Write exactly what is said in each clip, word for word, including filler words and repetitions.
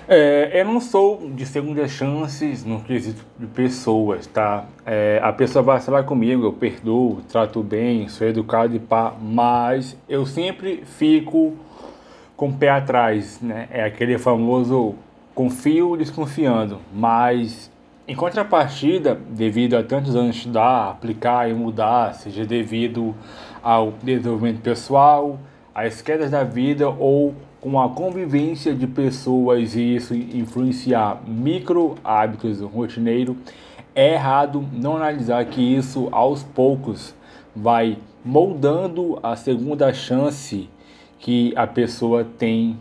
É, eu não sou de segundas chances no quesito de pessoas, tá? É, a pessoa vai falar comigo, eu perdoo, trato bem, sou educado e pá, mas eu sempre fico com o pé atrás, né? É aquele famoso confio desconfiando, mas em contrapartida, devido a tantos anos de estudar, aplicar e mudar, seja devido ao desenvolvimento pessoal, às quedas da vida ou com a convivência de pessoas e isso influenciar micro hábitos rotineiros, é errado não analisar que isso aos poucos vai moldando a segunda chance que a pessoa tem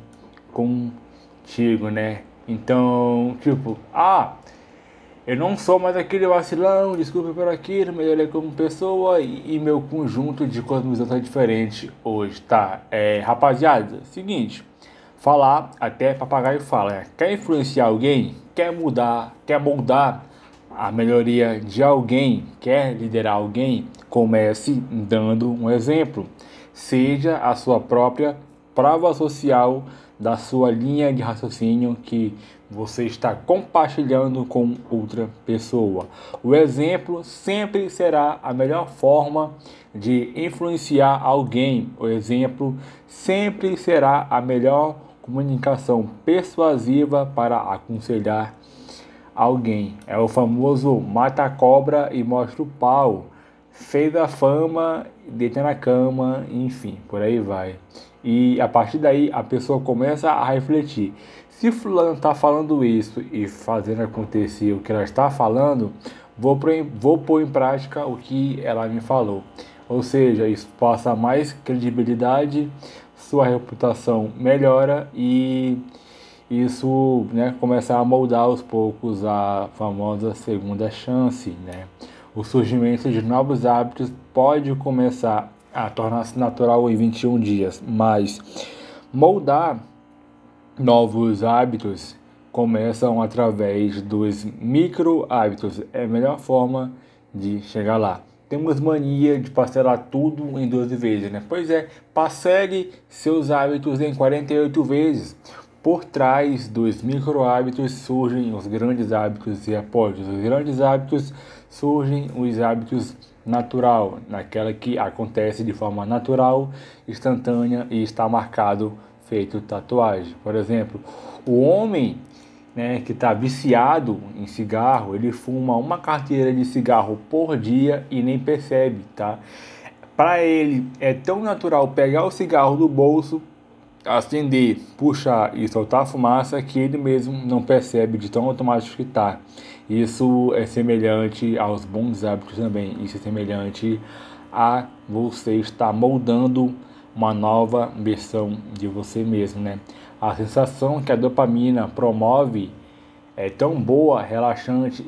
contigo, né? Então, tipo, ah, eu não sou mais aquele vacilão, desculpe por aquilo, melhorei como pessoa e, e meu conjunto de cosmovisão tá diferente hoje, tá? É, rapaziada, seguinte, falar até papagaio fala, né? Quer influenciar alguém? Quer mudar? Quer moldar a melhoria de alguém? Quer liderar alguém? Comece dando um exemplo. Seja a sua própria prova social da sua linha de raciocínio que você está compartilhando com outra pessoa. O exemplo sempre será a melhor forma de influenciar alguém. O exemplo sempre será a melhor comunicação persuasiva para aconselhar alguém. É o famoso mata a cobra e mostra o pau. Fez a fama, deita na cama, enfim, por aí vai. E a partir daí a pessoa começa a refletir. Se fulano está falando isso e fazendo acontecer o que ela está falando, vou pôr, em, vou pôr em prática o que ela me falou. Ou seja, isso passa mais credibilidade, sua reputação melhora e isso, né, começa a moldar aos poucos a famosa segunda chance, né? O surgimento de novos hábitos pode começar a tornar-se natural em vinte e um dias, mas moldar novos hábitos começam através dos micro hábitos. É a melhor forma de chegar lá. Temos mania de parcelar tudo em doze vezes, né? Pois é, parcele seus hábitos em quarenta e oito vezes. Por trás dos micro hábitos surgem os grandes hábitos e após os grandes hábitos surgem os hábitos natural, naquela que acontece de forma natural, instantânea e está marcado feito tatuagem. Por exemplo, o homem, né, que está viciado em cigarro, ele fuma uma carteira de cigarro por dia e nem percebe, tá? Para ele é tão natural pegar o cigarro do bolso, acender, puxar e soltar a fumaça que ele mesmo não percebe de tão automático que está. Isso é semelhante aos bons hábitos também. Isso é semelhante a você estar moldando uma nova versão de você mesmo, né? A sensação que a dopamina promove é tão boa, relaxante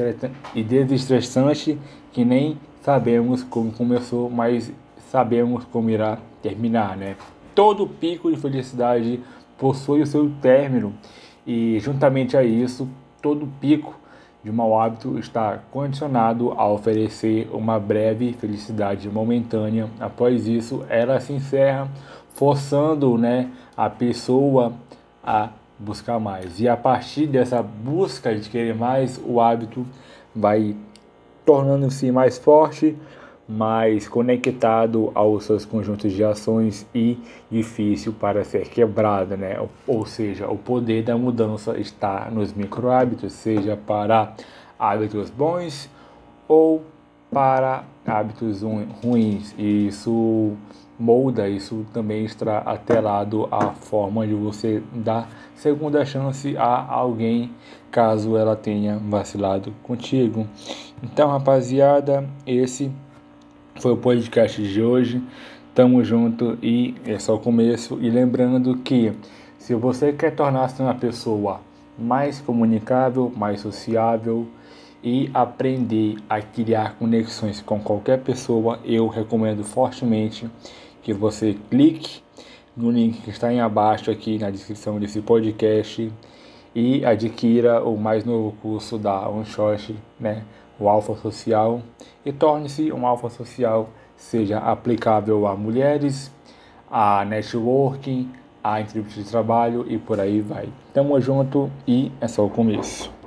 e desestressante que nem sabemos como começou, mas sabemos como irá terminar, né? Todo pico de felicidade possui o seu término e, juntamente a isso, todo pico de mau hábito está condicionado a oferecer uma breve felicidade momentânea. Após isso, ela se encerra, forçando, né, a pessoa a buscar mais. E a partir dessa busca de querer mais, o hábito vai tornando-se mais forte, mais conectado aos seus conjuntos de ações e difícil para ser quebrado, né? Ou seja, o poder da mudança está nos micro hábitos, seja para hábitos bons ou para hábitos ruins. E isso molda, isso também está atrelado à forma de você dar segunda chance a alguém caso ela tenha vacilado contigo. Então, rapaziada, esse foi o podcast de hoje. Tamo junto e é só o começo. E lembrando que se você quer tornar-se uma pessoa mais comunicável, mais sociável e aprender a criar conexões com qualquer pessoa, eu recomendo fortemente que você clique no link que está aí abaixo aqui na descrição desse podcast e adquira o mais novo curso da OneShot, né? O Alfa Social, e torne-se um alfa social, seja aplicável a mulheres, a networking, a entrevista de trabalho e por aí vai. Tamo junto e é só o começo.